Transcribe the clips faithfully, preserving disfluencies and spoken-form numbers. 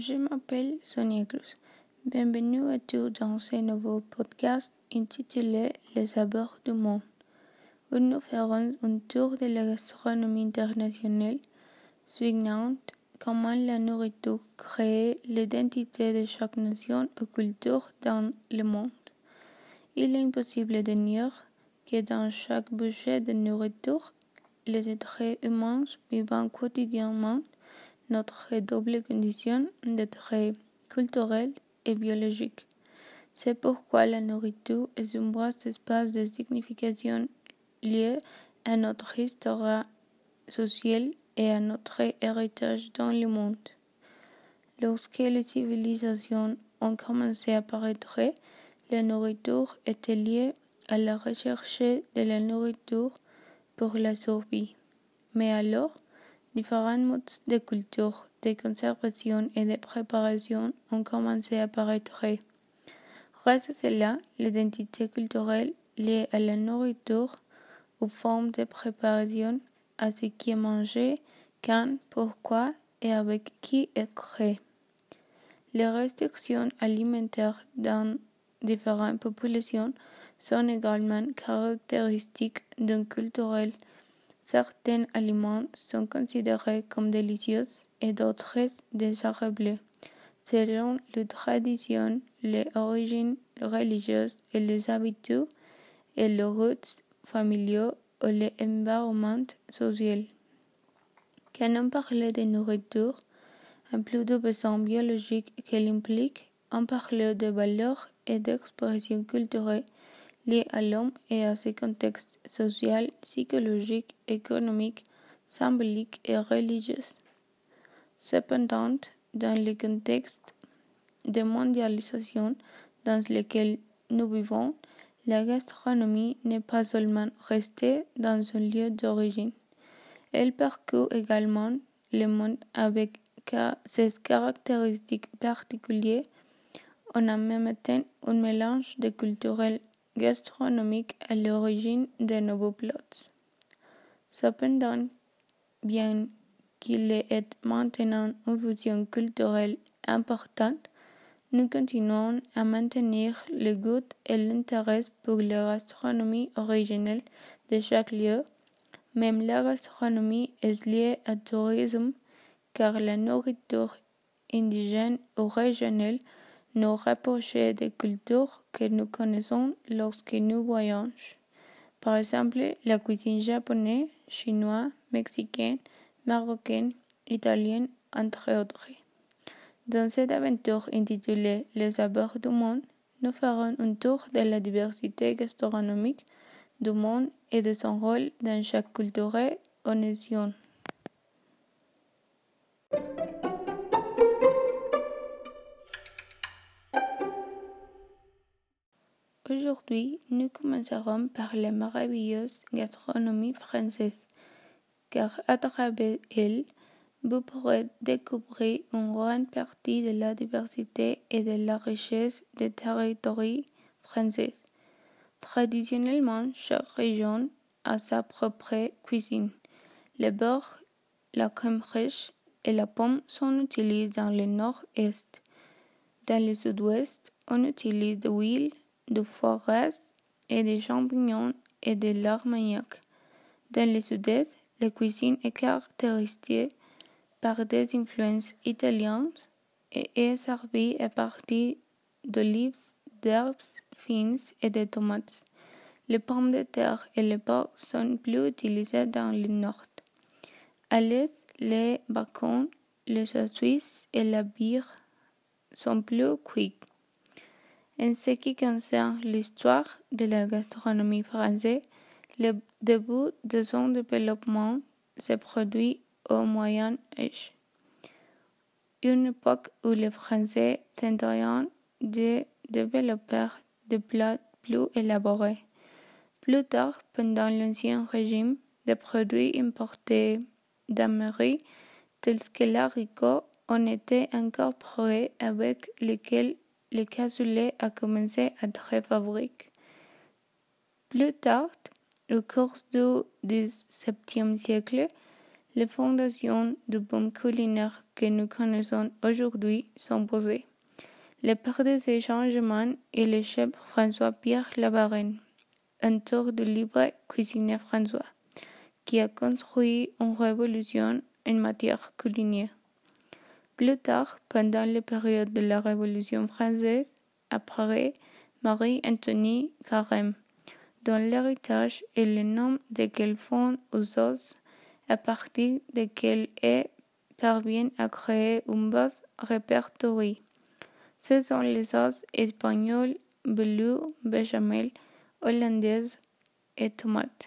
je m'appelle Sonia Cruz. Bienvenue à tous dans ce nouveau podcast intitulé Les abords du monde, où nous ferons un tour de la gastronomie internationale, suivant comment la nourriture crée l'identité de chaque nation ou culture dans le monde. Il est impossible de nier que dans chaque bouchée de nourriture, les êtres humains vivant quotidiennement notre double condition d'être culturel et biologique. C'est pourquoi la nourriture est un vaste espace de signification lié à notre histoire sociale et à notre héritage dans le monde. Lorsque les civilisations ont commencé à apparaître, la nourriture était liée à la recherche de la nourriture pour la survie. Mais alors, différents modes de culture, de conservation et de préparation ont commencé à apparaître. Grâce à cela, l'identité culturelle liée à la nourriture, aux formes de préparation, à ce qui est mangé, quand, pourquoi et avec qui est créé. Les restrictions alimentaires dans différentes populations sont également caractéristiques d'un culturel. Certains aliments sont considérés comme délicieux et d'autres désirables, selon les traditions, les origines religieuses et les habitudes et les roots familiaux ou l'environnement social. Quand on parle de nourriture, en plus de besoins biologiques qu'elle implique, on parle de valeurs et d'expressions culturelles liées à l'homme et à ses contextes social, psychologique, économique, symbolique et religieux. Cependant, dans le contexte de mondialisation dans lequel nous vivons, la gastronomie n'est pas seulement restée dans un lieu d'origine. Elle parcourt également le monde avec ses caractéristiques particulières en en même temps un mélange de culturel gastronomique à l'origine de nouveaux plats. Cependant, bien qu'il ait maintenant une fusion culturelle importante, nous continuons à maintenir le goût et l'intérêt pour la gastronomie originelle de chaque lieu. Même la gastronomie est liée au tourisme, car la nourriture indigène ou régionale nous rapproche des cultures que nous connaissons lorsque nous voyageons. Par exemple, la cuisine japonaise, chinoise, mexicaine, marocaine, italienne, entre autres. Dans cette aventure intitulée Les abords du monde, nous ferons un tour de la diversité gastronomique du monde et de son rôle dans chaque culture ou nation. Aujourd'hui, nous commencerons par la merveilleuse gastronomie française, car à travers elle, vous pourrez découvrir une grande partie de la diversité et de la richesse des territoires français. Traditionnellement, chaque région a sa propre cuisine. Le beurre, la crème fraîche et la pomme sont utilisés dans le nord-est. Dans le sud-ouest, on utilise de l'huile, du foie gras et des champignons et de l'armagnac. Dans le sud-est, la cuisine est caractérisée par des influences italiennes et est servie à partir d'olives, d'herbes fines et de tomates. Les pommes de terre et les porcs sont plus utilisés dans le nord. À l'est, les bacon, les saucisses et la bière sont plus cuits. En ce qui concerne l'histoire de la gastronomie française, le début de son développement se produit au Moyen Âge, une époque où les Français tentèrent de développer des plats plus élaborés. Plus tard, pendant l'Ancien Régime, des produits importés d'Amérique, tels que l'haricot, ont été incorporés avec lesquels le cassoulet a commencé à être fabriqué. Plus tard, au cours du dix-septième siècle, Les fondations du boom culinaire que nous connaissons aujourd'hui sont posées. Le père de ces changements est le chef François-Pierre Lavarenne, un tour de libre cuisinier françois, qui a construit une révolution en matière culinaire. Plus tard, pendant la période de la Révolution française, apparaît Marie-Antonie Carême, dont l'héritage est le nom de qu'elle fonde aux os, à partir desquels elle parvient à créer un vaste répertoire. Ce sont les sauces espagnoles, velours, béchamel, hollandaise et tomate.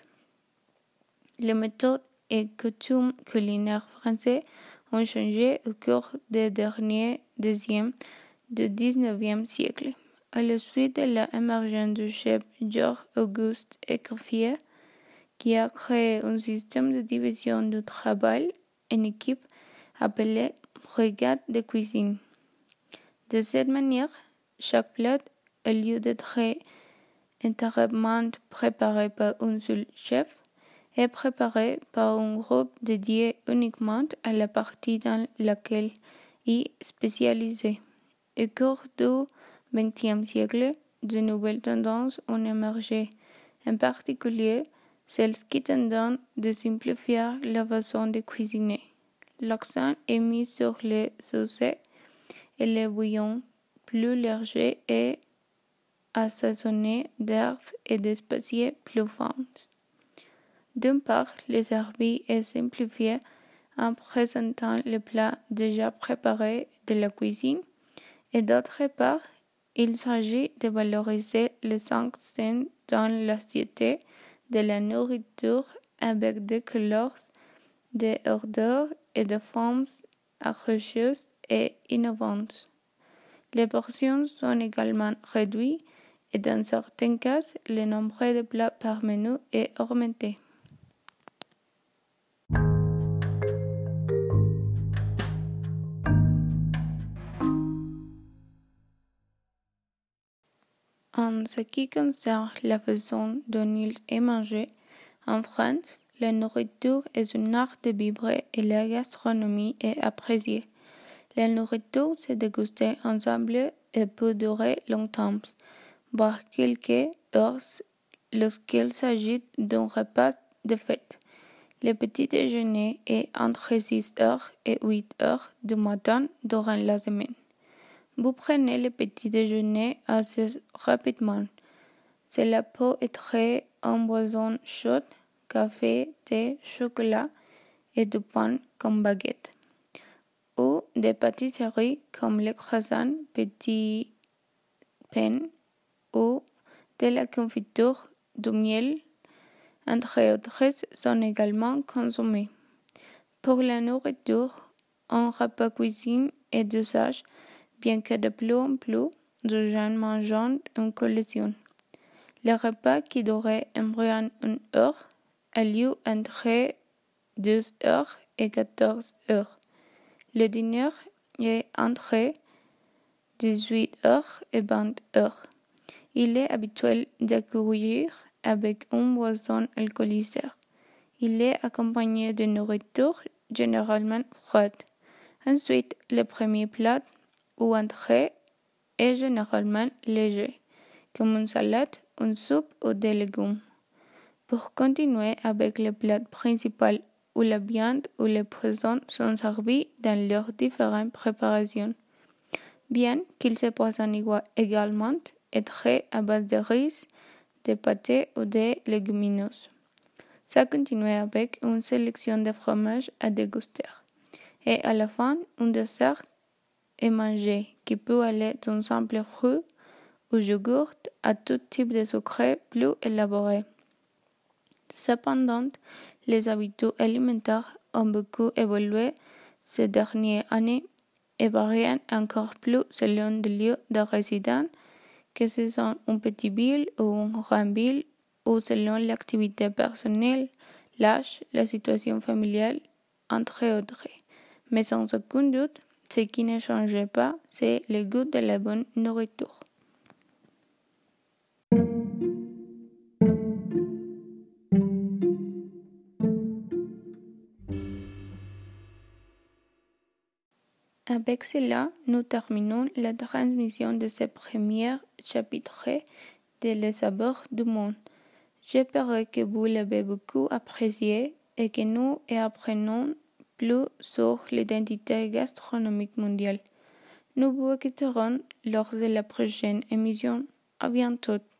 Les méthodes et coutumes culinaires français ont changé au cours des derniers deuxième du dix-neuvième siècle. À la suite de l'émergence du chef Georges-Auguste Escoffier, qui a créé un système de division du travail en équipe appelé brigade de cuisine. De cette manière, chaque plat, au lieu d'être entièrement préparé par un seul chef, est préparé par un groupe dédié uniquement à la partie dans laquelle il est spécialisé. Au cours du vingtième siècle, de nouvelles tendances ont émergé, en particulier celles qui tendent de simplifier la façon de cuisiner. L'accent est mis sur les sauces et les bouillons plus légers et assaisonnés d'herbes et d'espèces plus fines. D'une part, le service est simplifié en présentant les plats déjà préparés de la cuisine, et d'autre part, il s'agit de valoriser les cinq sens dans l'assiette de la nourriture avec des couleurs, des odeurs et des formes accrocheuses et innovantes. Les portions sont également réduites et dans certains cas, le nombre de plats par menu est augmenté. En ce qui concerne la façon dont il est mangé, en France, la nourriture est un art de vivre et la gastronomie est appréciée. La nourriture se déguste ensemble et peut durer longtemps, voire quelques heures lorsqu'il s'agit d'un repas de fête. Le petit déjeuner est entre six heures et huit heures du matin durant la semaine. Vous prenez le petit déjeuner assez rapidement. Cela peut être une boisson chaude, café, thé, chocolat et du pain comme baguette, ou des pâtisseries comme les croissants, petits pains ou de la confiture, du miel, entre autres, sont également consommés. Pour la nourriture, un repas cuisine est d'usage, bien que de plus en plus de gens mangent une collection. Le repas qui durait environ une heure a lieu entre douze heures et quatorze heures. Le dîner est entre dix-huit heures et vingt heures. Il est habituel d'accueillir avec une boisson alcoolisée. Il est accompagné de nourriture généralement froide. Ensuite, le premier plat ou entrée est généralement léger, comme une salade, une soupe ou des légumes. Pour continuer avec le plat principal, où la viande ou les poissons sont servis dans leurs différentes préparations. Bien qu'ils se poissent également être à base de riz, de pâtés ou de légumineuses. Ça continue avec une sélection de fromages à déguster. Et à la fin, un dessert est mangé qui peut aller d'un simple fruit ou yogourt à tout type de sucre plus élaboré. Cependant, les habitudes alimentaires ont beaucoup évolué ces dernières années et varient encore plus selon le lieu de résidence, que ce soit une petite ville ou une grande ville, ou selon l'activité personnelle, l'âge, la situation familiale, entre autres. Mais sans aucun doute, ce qui ne change pas, c'est le goût de la bonne nourriture. Avec cela, nous terminons la transmission de ce premier chapitre de Les abords du monde. J'espère que vous l'avez beaucoup apprécié et que nous y apprenons plus sur l'identité gastronomique mondiale. Nous vous écouterons lors de la prochaine émission. À bientôt.